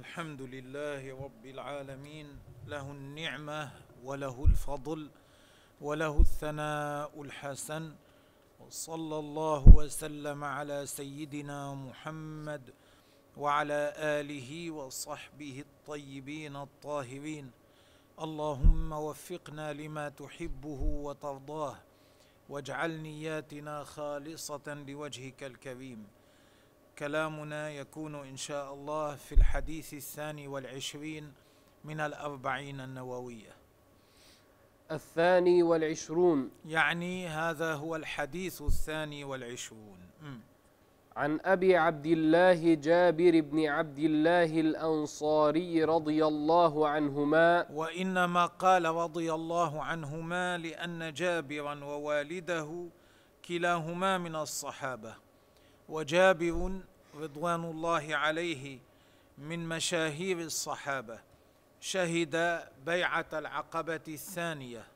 الحمد لله رب العالمين، له النعمة وله الفضل وله الثناء الحسن، وصلى الله وسلم على سيدنا محمد وعلى آله وصحبه الطيبين الطاهرين. اللهم وفقنا لما تحبه وترضاه، واجعل نياتنا خالصة لوجهك الكريم. كلامنا يكون إن شاء الله في الحديث 22 من الأربعين النووية. 22 يعني هذا هو الحديث 22. عن أبي عبد الله جابر بن عبد الله الأنصاري رضي الله عنهما. وإنما قال رضي الله عنهما لأن جابرا ووالده كلاهما من الصحابة، وجابر رضوان الله عليه من مشاهير الصحابة، شهد بيعة العقبة الثانية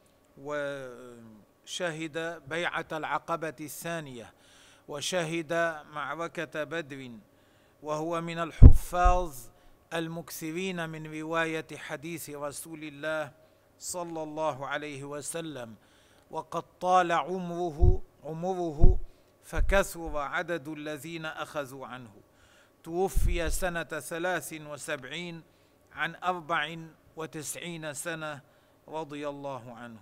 وشهد معركة بدر، وهو من الحفاظ المكثرين من رواية حديث رسول الله صلى الله عليه وسلم، وقد طال عمره فكثر عدد الذين أخذوا عنه. توفي سنة 73 عن 94 سنة رضي الله عنه.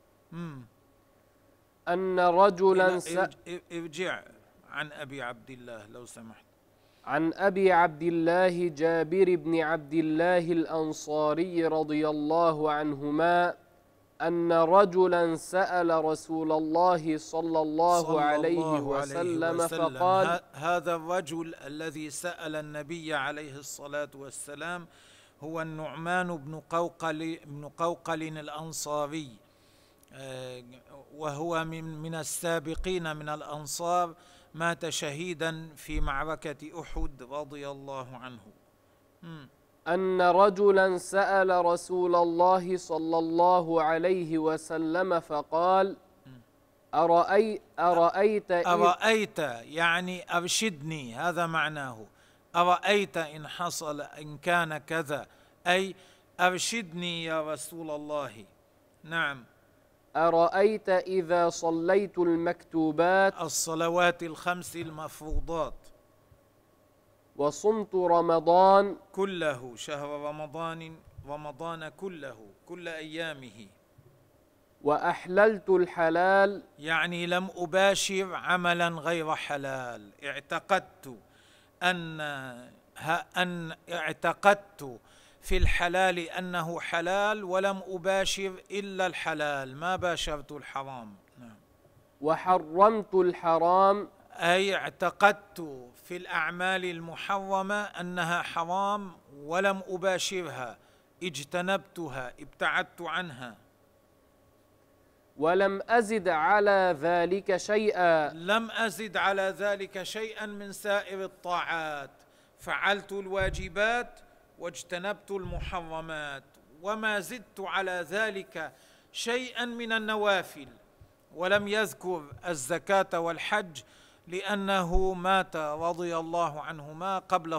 أن رجلا ارجع عن أبي عبد الله لو سمحت. عن أبي عبد الله جابر بن عبد الله الأنصاري رضي الله عنهما أن رجلا سأل رسول الله صلى الله عليه وسلم فقال: هذا الرجل الذي سأل النبي عليه الصلاة والسلام هو النعمان بن قوقل الأنصاري، وهو من السابقين من الأنصار، مات شهيدا في معركة أحد رضي الله عنه. أن رجلا سأل رسول الله صلى الله عليه وسلم فقال: أرأيت يعني أرشدني، هذا معناه. أرأيت إن حصل إن كان كذا، أي أرشدني يا رسول الله. نعم. أرأيت إذا صليت المكتوبات، الصلوات الخمس المفروضات، وصمت رمضان كله، شهر رمضان كله، كل أيامه، وأحللت الحلال، يعني لم أباشر عملا غير حلال. اعتقدت في الحلال أنه حلال، ولم أباشر إلا الحلال، ما باشرت الحرام. نعم. وحرمت الحرام، أي اعتقدت في الأعمال المحرمة أنها حرام ولم أباشرها، اجتنبتها، ابتعدت عنها. ولم أزد على ذلك شيئا، لم أزد على ذلك شيئا من سائر الطاعات، فعلت الواجبات واجتنبت المحرمات، وما زدت على ذلك شيئا من النوافل. ولم يذكر الزكاة والحج لأنه مات رضي الله عنهما قبل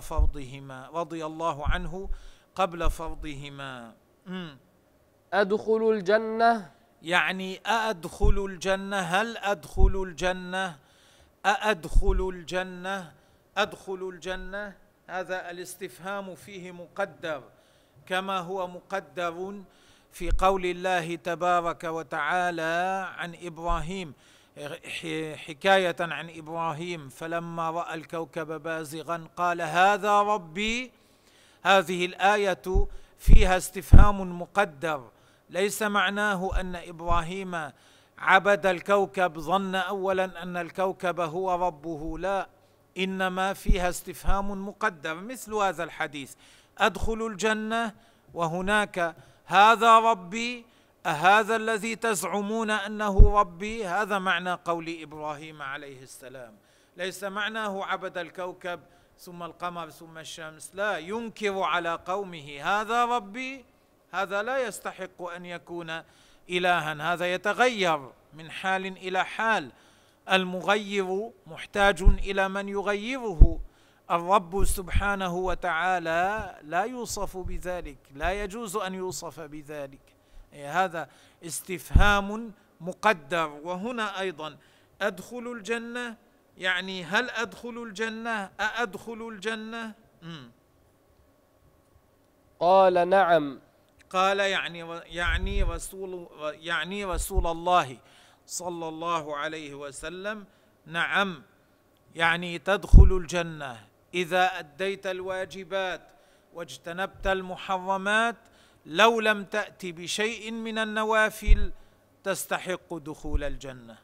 فرضهما. أدخل الجنة، يعني أأدخل الجنة، هل أدخل الجنة، أدخل الجنة، هذا الاستفهام فيه مقدر، كما هو مقدر في قول الله تبارك وتعالى عن إبراهيم، حكاية عن إبراهيم: فلما رأى الكوكب بازغا قال هذا ربي. هذه الآية فيها استفهام مقدر، ليس معناه أن إبراهيم عبد الكوكب، ظن أولا أن الكوكب هو ربه، لا، إنما فيها استفهام مقدر، مثل هذا الحديث: أدخل الجنة، وهناك هذا ربي، أهذا الذي تزعمون أنه ربي؟ هذا معنى قول إبراهيم عليه السلام، ليس معناه عبد الكوكب ثم القمر ثم الشمس، لا، ينكر على قومه هذا ربي، هذا لا يستحق أن يكون إلها، هذا يتغير من حال إلى حال، المغير محتاج إلى من يغيره، الرب سبحانه وتعالى لا يوصف بذلك، لا يجوز أن يوصف بذلك. هذا استفهام مقدر. وهنا أيضا أدخل الجنة، يعني هل أدخل الجنة؟ أأدخل الجنة؟ قال نعم. قال يعني رسول الله صلى الله عليه وسلم نعم، يعني تدخل الجنة إذا أديت الواجبات واجتنبت المحرمات، لو لم تأتي بشيء من النوافل تستحق دخول الجنة.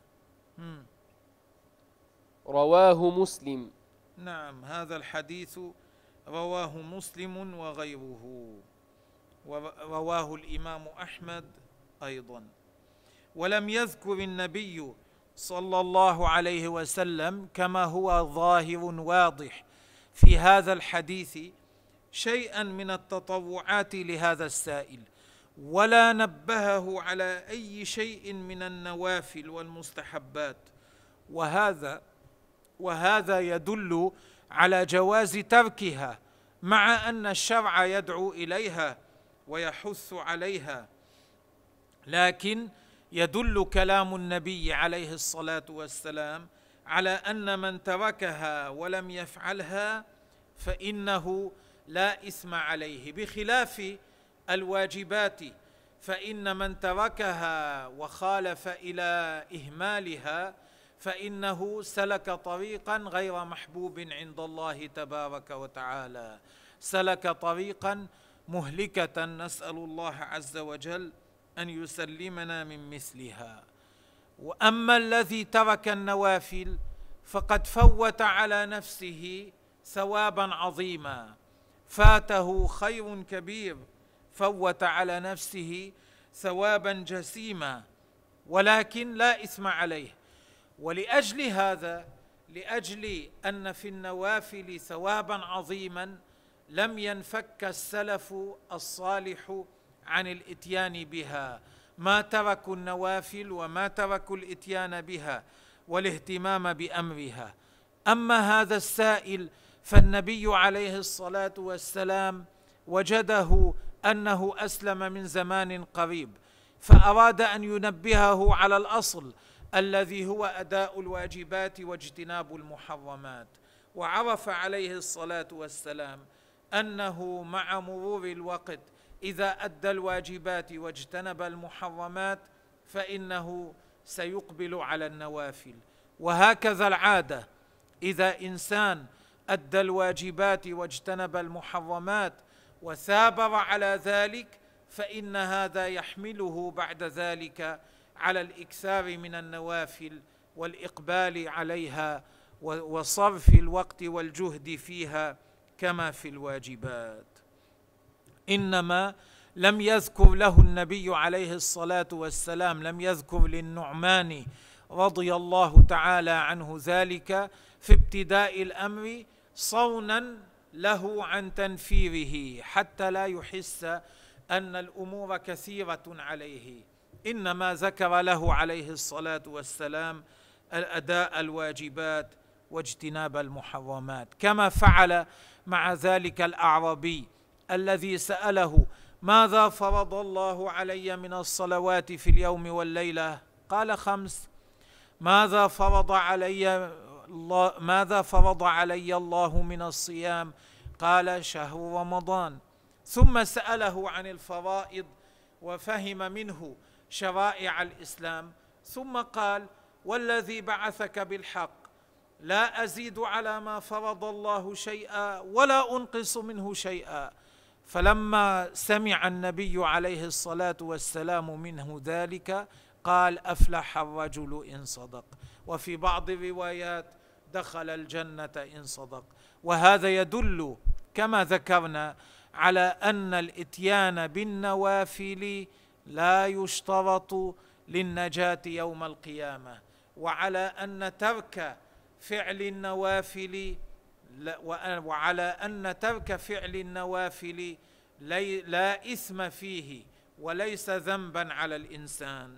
رواه مسلم. نعم، هذا الحديث رواه مسلم وغيره، ورواه الإمام أحمد أيضا. ولم يذكر النبي صلى الله عليه وسلم كما هو ظاهر واضح في هذا الحديث شيئا من التطوعات لهذا السائل، ولا نبهه على أي شيء من النوافل والمستحبات، وهذا يدل على جواز تركها، مع أن الشرع يدعو إليها ويحث عليها. لكن يدل كلام النبي عليه الصلاة والسلام على أن من تركها ولم يفعلها فإنه لا إثم عليه، بخلاف الواجبات، فإن من تركها وخالف إلى إهمالها فإنه سلك طريقا غير محبوب عند الله تبارك وتعالى، سلك طريقا مهلكة، نسأل الله عز وجل أن يسلمنا من مثلها. وأما الذي ترك النوافل فقد فوت على نفسه ثوابا عظيما، فاته خير كبير، فوت على نفسه ثوابا جسيما، ولكن لا إثم عليه. ولأجل هذا، لأجل أن في النوافل ثوابا عظيما، لم ينفك السلف الصالح عن الإتيان بها، ما تركوا النوافل وما تركوا الإتيان بها والاهتمام بأمرها. أما هذا السائل فالنبي عليه الصلاة والسلام وجده أنه أسلم من زمان قريب، فأراد أن ينبهه على الأصل الذي هو أداء الواجبات واجتناب المحرمات. وعرف عليه الصلاة والسلام أنه مع مرور الوقت إذا أدى الواجبات واجتنب المحرمات فإنه سيقبل على النوافل. وهكذا العادة، إذا إنسان أدى الواجبات واجتنب المحرمات وثابر على ذلك فإن هذا يحمله بعد ذلك على الإكثار من النوافل والإقبال عليها وصرف الوقت والجهد فيها كما في الواجبات. إنما لم يذكر له النبي عليه الصلاة والسلام، لم يذكر للنعمان رضي الله تعالى عنه ذلك في ابتداء الأمر صونا له عن تنفيره حتى لا يحس أن الأمور كثيرة عليه، إنما ذكر له عليه الصلاة والسلام الأداء الواجبات واجتناب المحرمات، كما فعل مع ذلك الأعرابي الذي سأله: ماذا فرض الله علي من الصلوات في اليوم والليلة؟ قال: 5. ماذا فرض علي الله من الصيام؟ قال: شهر رمضان. ثم سأله عن الفرائض وفهم منه شرائع الإسلام، ثم قال: والذي بعثك بالحق لا أزيد على ما فرض الله شيئا ولا أنقص منه شيئا. فلما سمع النبي عليه الصلاة والسلام منه ذلك قال: أفلح الرجل إن صدق. وفي بعض الروايات: دخل الجنة إن صدق. وهذا يدل كما ذكرنا على أن الإتيان بالنوافل لا يشترط للنجاة يوم القيامة، وعلى أن ترك فعل النوافل لا إثم فيه وليس ذنبا على الإنسان.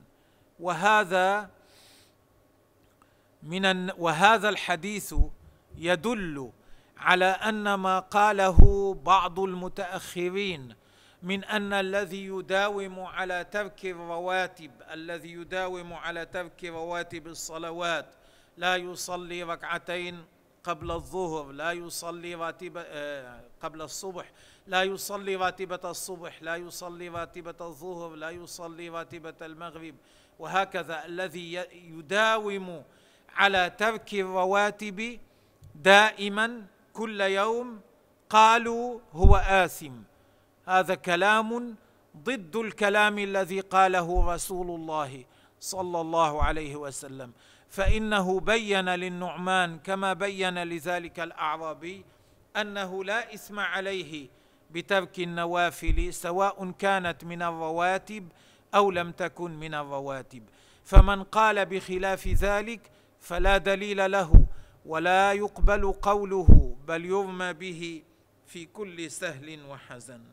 وهذا الحديث يدل على أن ما قاله بعض المتأخرين من أن الذي يداوم على ترك الرواتب، الذي يداوم على ترك رواتب الصلوات، لا يصلي ركعتين قبل الظهر، لا يصلي قبل الصبح، لا يصلي راتبة الصبح، لا يصلي راتبة الظهر، لا يصلي راتبة المغرب، وهكذا الذي يداوم على ترك الرواتب دائما كل يوم قالوا هو آثم. هذا كلام ضد الكلام الذي قاله رسول الله صلى الله عليه وسلم، فإنه بين للنعمان كما بين لذلك الأعرابي أنه لا إثم عليه بترك النوافل سواء كانت من الرواتب أو لم تكن من الرواتب. فمن قال بخلاف ذلك فلا دليل له ولا يقبل قوله، بل يرمى به في كل سهل وحزن.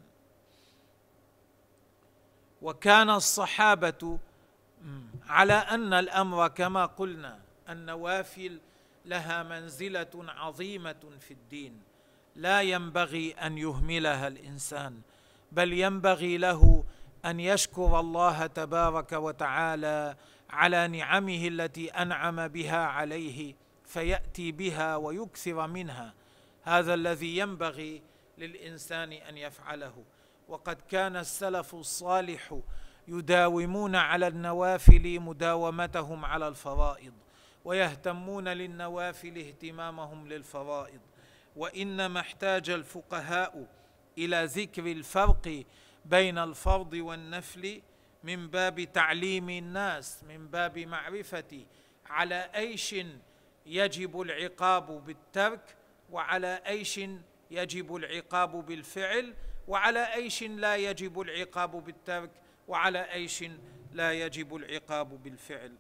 وكان الصحابة على أن الأمر كما قلنا النوافل لها منزلة عظيمة في الدين، لا ينبغي أن يهملها الإنسان، بل ينبغي له أن يشكر الله تبارك وتعالى على نعمه التي أنعم بها عليه فيأتي بها ويكثر منها. هذا الذي ينبغي للإنسان أن يفعله. وقد كان السلف الصالح يداومون على النوافل مداومتهم على الفرائض، ويهتمون للنوافل اهتمامهم للفرائض. وإنما احتاج الفقهاء إلى ذكر الفرق بين الفرض والنفل من باب تعليم الناس، من باب معرفة على أيش يجب العقاب بالترك، وعلى أيش يجب العقاب بالفعل، وعلى أيش لا يجب العقاب بالترك، وعلى أيش لا يجب العقاب بالفعل.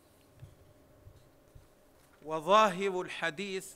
وظاهر الحديث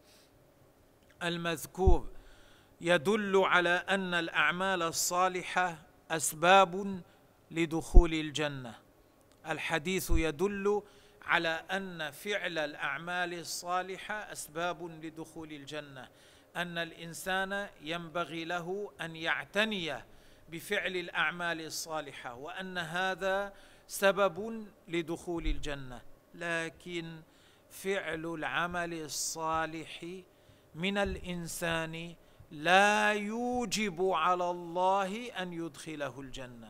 المذكور يدل على أن الأعمال الصالحة أسباب لدخول الجنة. الحديث يدل على أن فعل الأعمال الصالحة أسباب لدخول الجنة، أن الإنسان ينبغي له أن يعتني بفعل الأعمال الصالحة، وأن هذا سبب لدخول الجنة. لكن فعل العمل الصالح من الإنسان لا يوجب على الله أن يدخله الجنة.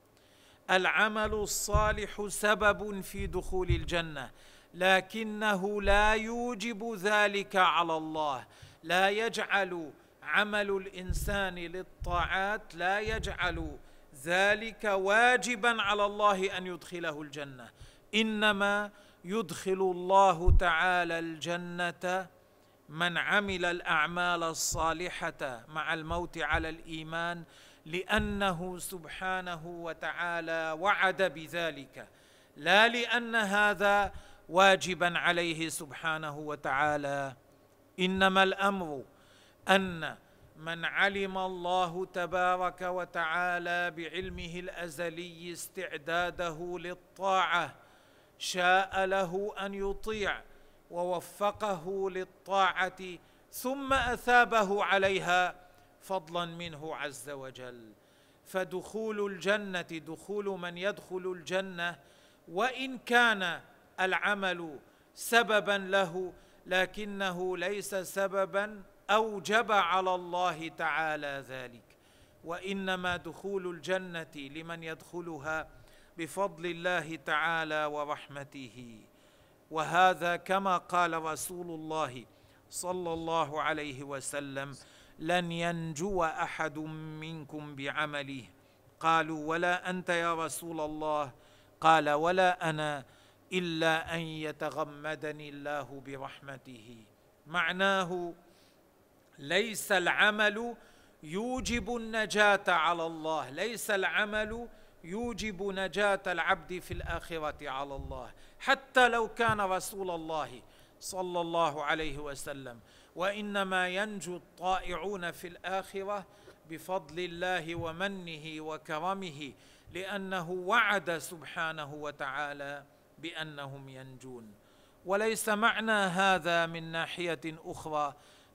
العمل الصالح سبب في دخول الجنة، لكنه لا يوجب ذلك على الله. لا يجعل عمل الإنسان للطاعات، لا يجعل ذلك واجبا على الله أن يدخله الجنة. إنما يدخل الله تعالى الجنة من عمل الأعمال الصالحة مع الموت على الإيمان، لأنه سبحانه وتعالى وعد بذلك، لا لأن هذا واجبا عليه سبحانه وتعالى. إنما الأمر أن من علم الله تبارك وتعالى بعلمه الأزلي استعداده للطاعة شاء له أن يطيع ووفقه للطاعة ثم أثابه عليها فضلا منه عز وجل. فدخول الجنة، دخول من يدخل الجنة وإن كان العمل سببا له، لكنه ليس سببا أوجب على الله تعالى ذلك، وإنما دخول الجنة لمن يدخلها بفضل الله تعالى ورحمته. وهذا كما قال رسول الله صلى الله عليه وسلم: لن ينجو أحد منكم بعمله. قالوا: ولا أنت يا رسول الله؟ قال: ولا أنا، إلا أن يتغمدني الله برحمته. معناه ليس العمل يوجب النجاة على الله، ليس العمل يوجب نجاة العبد في الآخرة على الله، حتى لو كان رسول الله صلى الله عليه وسلم. وإنما ينجو الطائعون في الآخرة بفضل الله ومنه وكرمه، لأنه وعد سبحانه وتعالى بأنهم ينجون. وليس معنى هذا من ناحية أخرى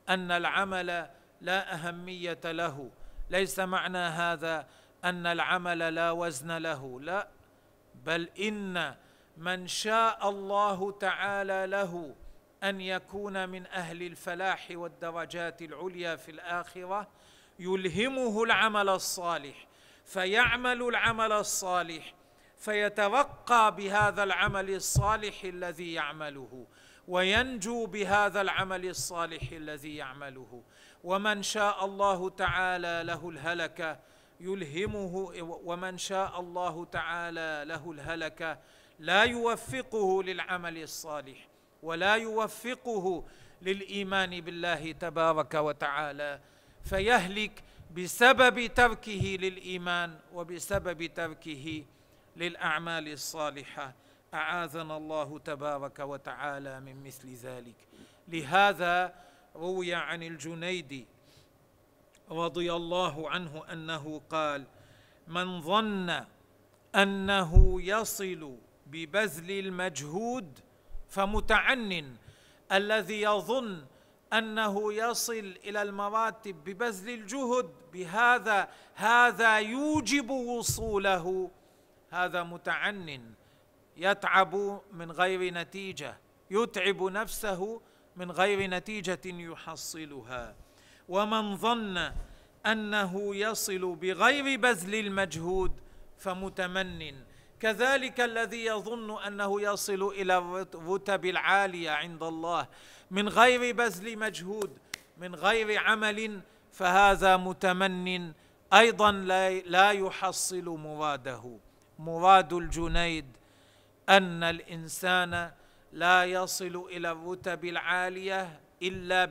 أن العمل لا أهمية له، ليس معنى هذا أن العمل لا وزن له، لا، بل إن من شاء الله تعالى له أن يكون من أهل الفلاح والدرجات العليا في الآخرة يلهمه العمل الصالح، فيعمل العمل الصالح، فيترقى بهذا العمل الصالح الذي يعمله، وينجو بهذا العمل الصالح الذي يعمله. ومن شاء الله تعالى له الهلكة يلهمه، ومن شاء الله تعالى له الهلكة لا يوفقه للعمل الصالح ولا يوفقه للإيمان بالله تبارك وتعالى، فيهلك بسبب تركه للإيمان وبسبب تركه للأعمال الصالحة. أعاذنا الله تبارك وتعالى من مثل ذلك. لهذا روي عن الجنيد رضي الله عنه أنه قال: من ظن أنه يصل ببذل المجهود فمتعن. الذي يظن أنه يصل إلى المراتب ببذل الجهد هذا يوجب وصوله، هذا متعن، يتعب من غير نتيجة، يتعب نفسه من غير نتيجة يحصلها. ومن ظن أنه يصل بغير بذل المجهود فمتمن. كذلك الذي يظن أنه يصل إلى الرتب العالية عند الله من غير بذل مجهود، من غير عمل، فهذا متمن أيضا لا يحصل مراده. مراد الجنيد أن الإنسان لا يصل إلى الرتب العالية إلا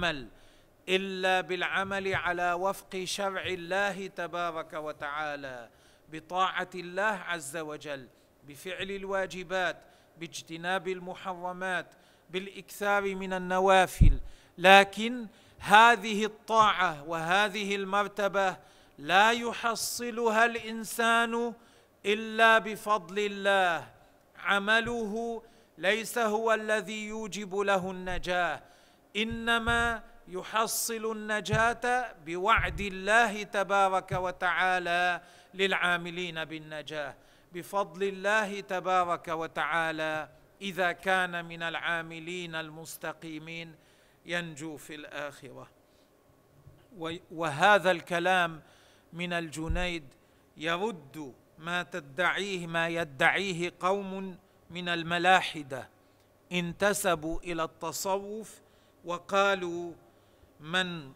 بالعمل على وفق شرع الله تبارك وتعالى، بطاعة الله عز وجل، بفعل الواجبات، باجتناب المحرمات، بالإكثار من النوافل. لكن هذه الطاعة وهذه المرتبة لا يحصلها الإنسان إلا بفضل الله. عمله ليس هو الذي يوجب له النجاة، إنما يحصل النجاة بوعد الله تبارك وتعالى للعاملين بالنجاة، بفضل الله تبارك وتعالى. إذا كان من العاملين المستقيمين ينجو في الآخرة. وهذا الكلام من الجنيد يرد ما يدعيه قوم من الملاحدة انتسبوا إلى التصوف وقالوا: من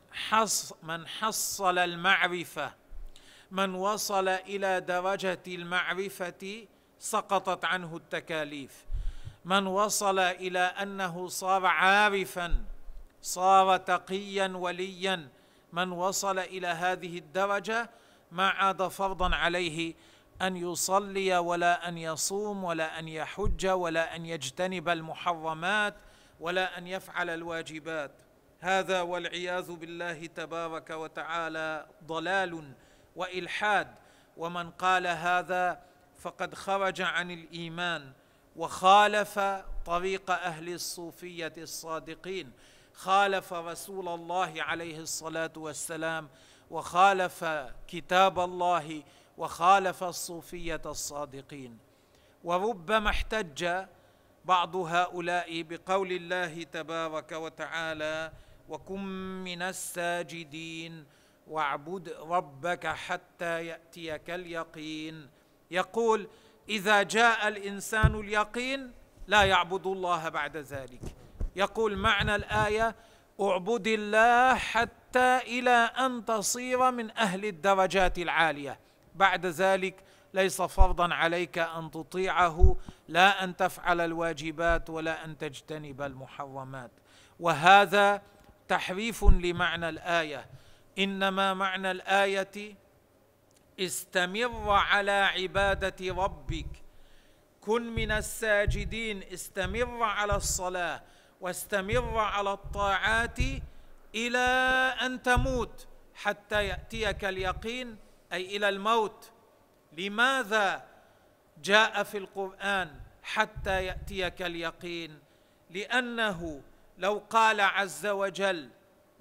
حصل المعرفة، من وصل إلى درجة المعرفة سقطت عنه التكاليف، من وصل إلى أنه صار عارفا، صار تقيا وليا، من وصل إلى هذه الدرجة ما عاد فرضا عليه أن يصلي ولا أن يصوم ولا أن يحج ولا أن يجتنب المحرمات ولا أن يفعل الواجبات. هذا والعياذ بالله تبارك وتعالى ضلال وإلحاد. ومن قال هذا فقد خرج عن الإيمان وخالف طريق أهل الصوفية الصادقين، خالف رسول الله عليه الصلاة والسلام، وخالف كتاب الله، وخالف الصوفية الصادقين. وربما احتج بعض هؤلاء بقول الله تبارك وتعالى: وكن من الساجدين واعبد ربك حتى يأتيك اليقين. يقول: إذا جاء الإنسان اليقين لا يعبد الله بعد ذلك. يقول معنى الآية: اعبد الله حتى إلى أن تصير من أهل الدرجات العالية، بعد ذلك ليس فرضا عليك أن تطيعه، لا أن تفعل الواجبات ولا أن تجتنب المحرمات. وهذا تحريف لمعنى الآية. إنما معنى الآية: استمر على عبادة ربك، كن من الساجدين، استمر على الصلاة واستمر على الطاعات إلى أن تموت حتى يأتيك اليقين، أي إلى الموت. لماذا جاء في القرآن حتى يأتيك اليقين؟ لأنه لو قال عز وجل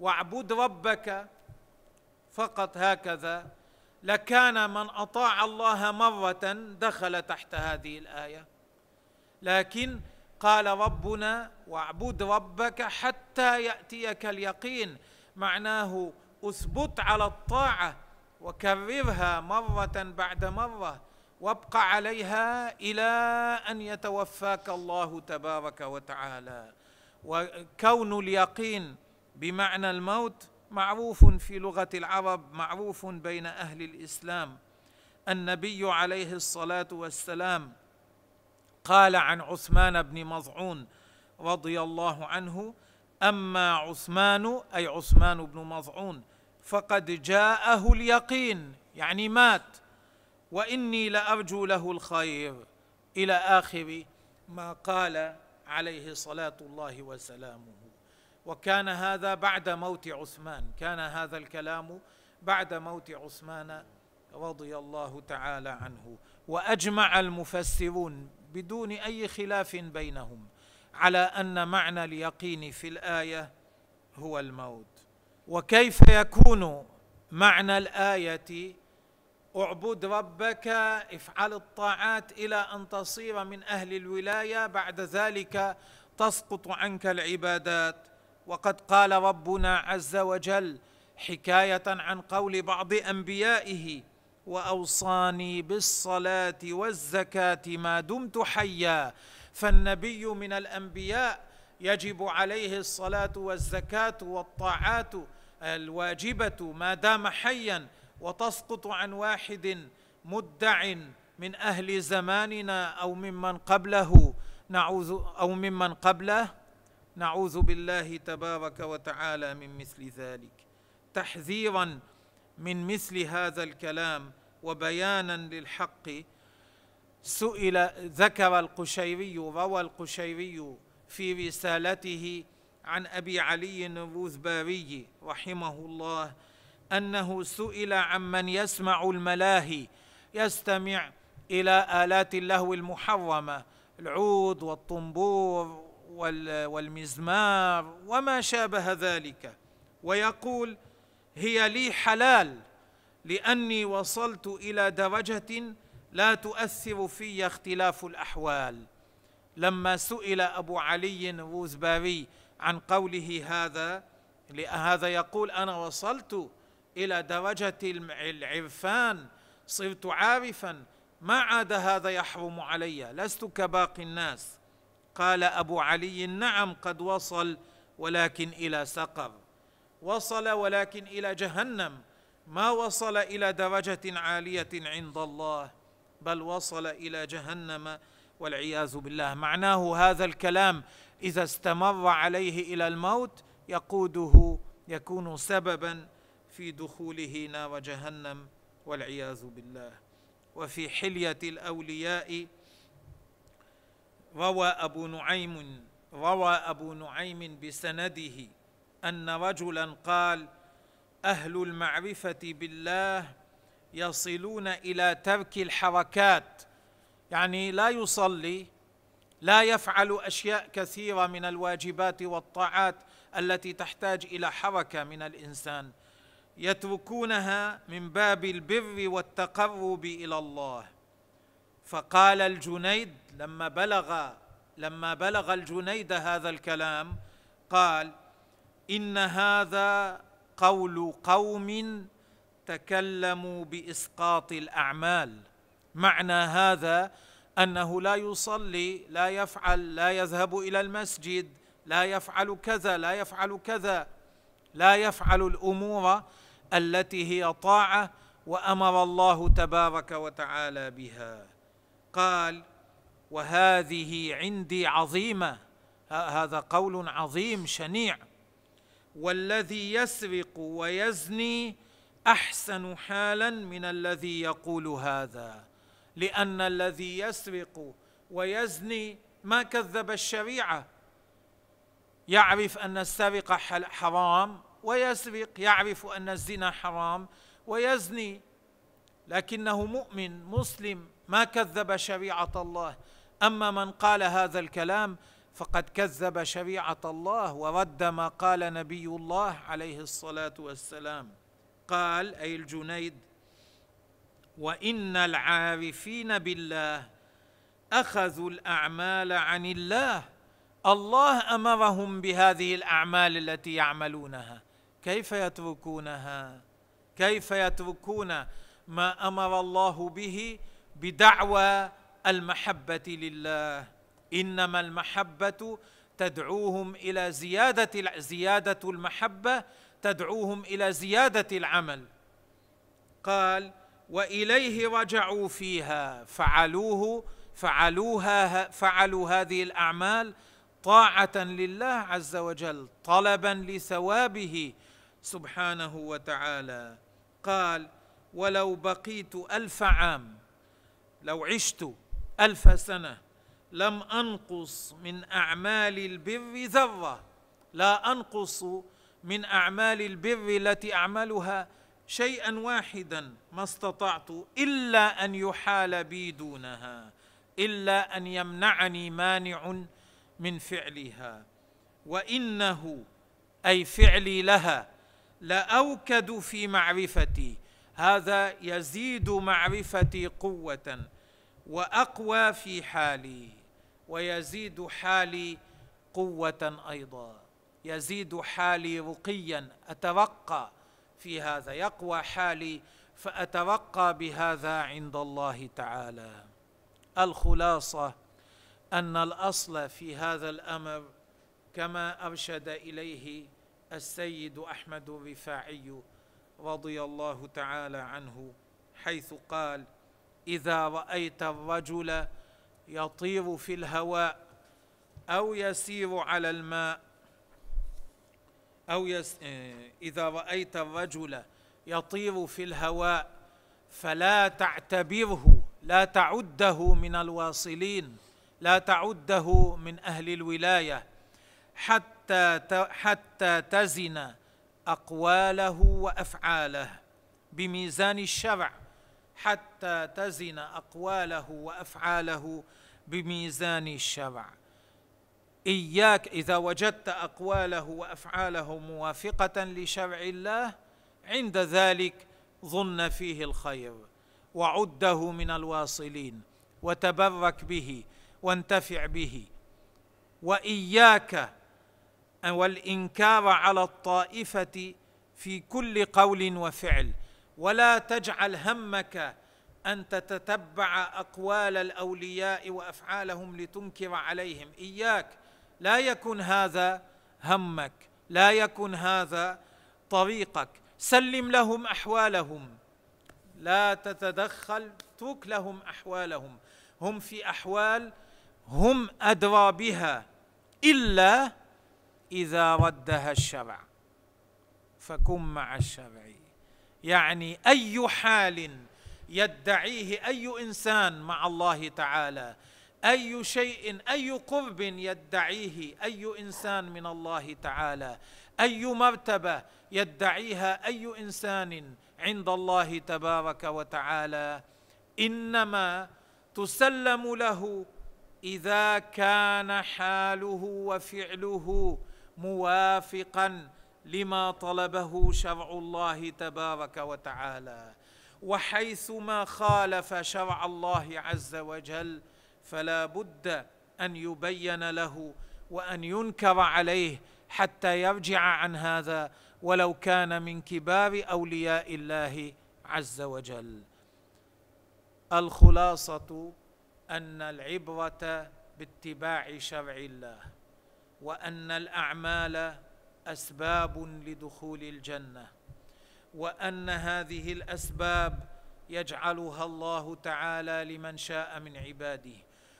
واعبد ربك فقط هكذا، لكان من أطاع الله مرة دخل تحت هذه الآية. لكن قال ربنا واعبد ربك حتى يأتيك اليقين، معناه أثبت على الطاعة وكررها مرة بعد مرة وابقى عليها إلى أن يتوفاك الله تبارك وتعالى. وكون اليقين بمعنى الموت معروف في لغة العرب، معروف بين أهل الإسلام. النبي عليه الصلاة والسلام قال عن عثمان بن مظعون رضي الله عنه: أما عثمان، أي عثمان بن مظعون، فقد جاءه اليقين، يعني مات، وإني لأرجو له الخير، إلى آخر ما قال عليه صلاة الله وسلامه. وكان هذا بعد موت عثمان، كان هذا الكلام بعد موت عثمان رضي الله تعالى عنه. وأجمع المفسرون بدون أي خلاف بينهم على أن معنى اليقين في الآية هو الموت. وكيف يكون معنى الآية اعبد ربك، افعل الطاعات إلى أن تصير من أهل الولاية، بعد ذلك تسقط عنك العبادات؟ وقد قال ربنا عز وجل حكاية عن قول بعض أنبيائه: وأوصاني بالصلاة والزكاة ما دمت حيا. فالنبي من الأنبياء يجب عليه الصلاة والزكاة والطاعات الواجبة ما دام حيا، وتسقط عن واحد مدع من أهل زماننا أو ممن قبله، نعوذ بالله تبارك وتعالى من مثل ذلك. تحذيرا من مثل هذا الكلام وبيانا للحق، ذكر القشيري، روى القشيري في رسالته عن أبي علي الروذباري رحمه الله أنه سئل عمن يسمع الملاهي، يستمع إلى آلات اللهو المحرمة، العود والطنبور والمزمار وما شابه ذلك، ويقول: هي لي حلال لأني وصلت إلى درجة لا تؤثر في اختلاف الأحوال. لما سئل أبو علي الروذباري عن قوله هذا يقول: أنا وصلت إلى درجة العرفان، صرت عارفا، ما عاد هذا يحرم علي، لست كباقي الناس. قال أبو علي: نعم، قد وصل، ولكن إلى سقر، وصل ولكن إلى جهنم، ما وصل إلى درجة عالية عند الله، بل وصل إلى جهنم والعياذ بالله. معناه هذا الكلام إذا استمر عليه إلى الموت يقوده، يكون سببا في دخوله نار جهنم والعياذ بالله. وفي حلية الأولياء روى أبو نعيم بسنده أن رجلا قال: أهل المعرفة بالله يصلون إلى ترك الحركات، يعني لا يصلي، لا يفعل أشياء كثيرة من الواجبات والطاعات التي تحتاج إلى حركة من الإنسان، يتركونها من باب البر والتقرب إلى الله. فقال الجنيد لما بلغ الجنيد هذا الكلام، قال: إن هذا قول قوم تكلموا بإسقاط الأعمال. معنى هذا أنه لا يصلي، لا يفعل، لا يذهب إلى المسجد، لا يفعل كذا، لا يفعل كذا، لا يفعل الأمور التي هي طاعة وأمر الله تبارك وتعالى بها. قال: وهذه عندي عظيمة، هذا قول عظيم شنيع. والذي يسرق ويزني أحسن حالا من الذي يقول هذا، لأن الذي يسرق ويزني ما كذب الشريعة، يعرف أن السرقة حرام ويسرق، يعرف أن الزنا حرام ويزني، لكنه مؤمن مسلم ما كذب شريعة الله. أما من قال هذا الكلام فقد كذب شريعة الله ورد ما قال نبي الله عليه الصلاة والسلام. قال أي الجنيد: وإن العارفين بالله أخذوا الأعمال عن الله، الله أمرهم بهذه الأعمال التي يعملونها، كيف يتركونها؟ كيف يتركون ما أمر الله به بدعوى المحبة لله؟ إنما المحبة تدعوهم إلى زيادة المحبة تدعوهم إلى زيادة العمل. قال: وإليه رجعوا فيها، فعلوا هذه الأعمال طاعة لله عز وجل، طلبا لثوابه سبحانه وتعالى. قال: ولو بقيت 1000 عام، لو عشت 1000 سنة لم أنقص من أعمال البر ذرة، لا أنقص من أعمال البر التي أعملها شيئا واحدا ما استطعت إلا أن يحال بي دونها، إلا أن يمنعني مانع من فعلها. وإنه أي فعلي لها لأوكد في معرفتي، هذا يزيد معرفتي قوة، وأقوى في حالي، ويزيد حالي قوة أيضا، يزيد حالي رقيا، أترقى في هذا، يقوى حالي فأترقى بهذا عند الله تعالى. الخلاصة أن الأصل في هذا الأمر كما أرشد إليه السيد أحمد الرفاعي رضي الله تعالى عنه، حيث قال: إذا رأيت الرجل يطير في الهواء أو يسير على الماء إذا رأيت الرجل يطير في الهواء فلا تعتبره، لا تعده من الواصلين، لا تعده من أهل الولاية، حتى تزن أقواله وأفعاله بميزان الشرع، حتى تزن أقواله وأفعاله بميزان الشرع. إياك إذا وجدت أقواله وأفعاله موافقة لشرع الله، عند ذلك ظن فيه الخير وعده من الواصلين وتبرك به وانتفع به. وإياك والإنكار على الطائفة في كل قول وفعل، ولا تجعل همك أن تتتبع أقوال الأولياء وأفعالهم لتنكر عليهم، إياك، لا يكن هذا همك، لا يكن هذا طريقك. سلم لهم أحوالهم، لا تتدخل، اترك لهم أحوالهم، هم في أحوال هم أدرى بها، إلا إذا ردها الشرع فكن مع الشرع. يعني أي حال يدعيه أي إنسان مع الله تعالى، أي شيء، أي قرب يدعيه أي إنسان من الله تعالى، أي مرتبة يدعيها أي إنسان عند الله تبارك وتعالى، إنما تسلم له إذا كان حاله وفعله موافقا لما طلبه شرع الله تبارك وتعالى. وحيثما خالف شرع الله عز وجل فلا بد أن يبين له وأن ينكر عليه حتى يرجع عن هذا، ولو كان من كبار أولياء الله عز وجل. الخلاصة أن العبرة باتباع شرع الله، وأن الأعمال أسباب لدخول الجنة، وأن هذه الأسباب يجعلها الله تعالى لمن شاء من عباده،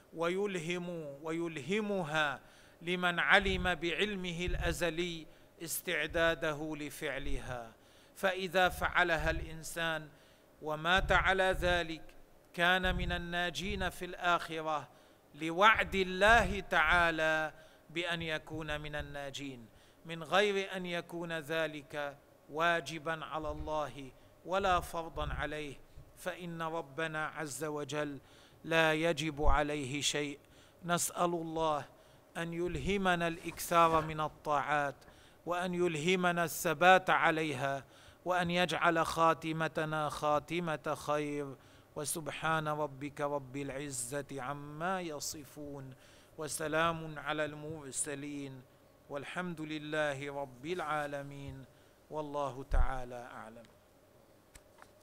ويلهمها لمن علم بعلمه الأزلي استعداده لفعلها. فإذا فعلها الإنسان ومات على ذلك كان من الناجين في الآخرة، لوعد الله تعالى بأن يكون من الناجين، من غير أن يكون ذلك واجبا على الله ولا فرضا عليه، فإن ربنا عز وجل لا يجب عليه شيء. نسأل الله أن يلهمنا الإكثار من الطاعات، وأن يلهمنا الثبات عليها، وأن يجعل خاتمتنا خاتمة خير. وسبحان ربك رب العزة عما يصفون، وسلام على المرسلين، والحمد لله رب العالمين، والله تعالى أعلم.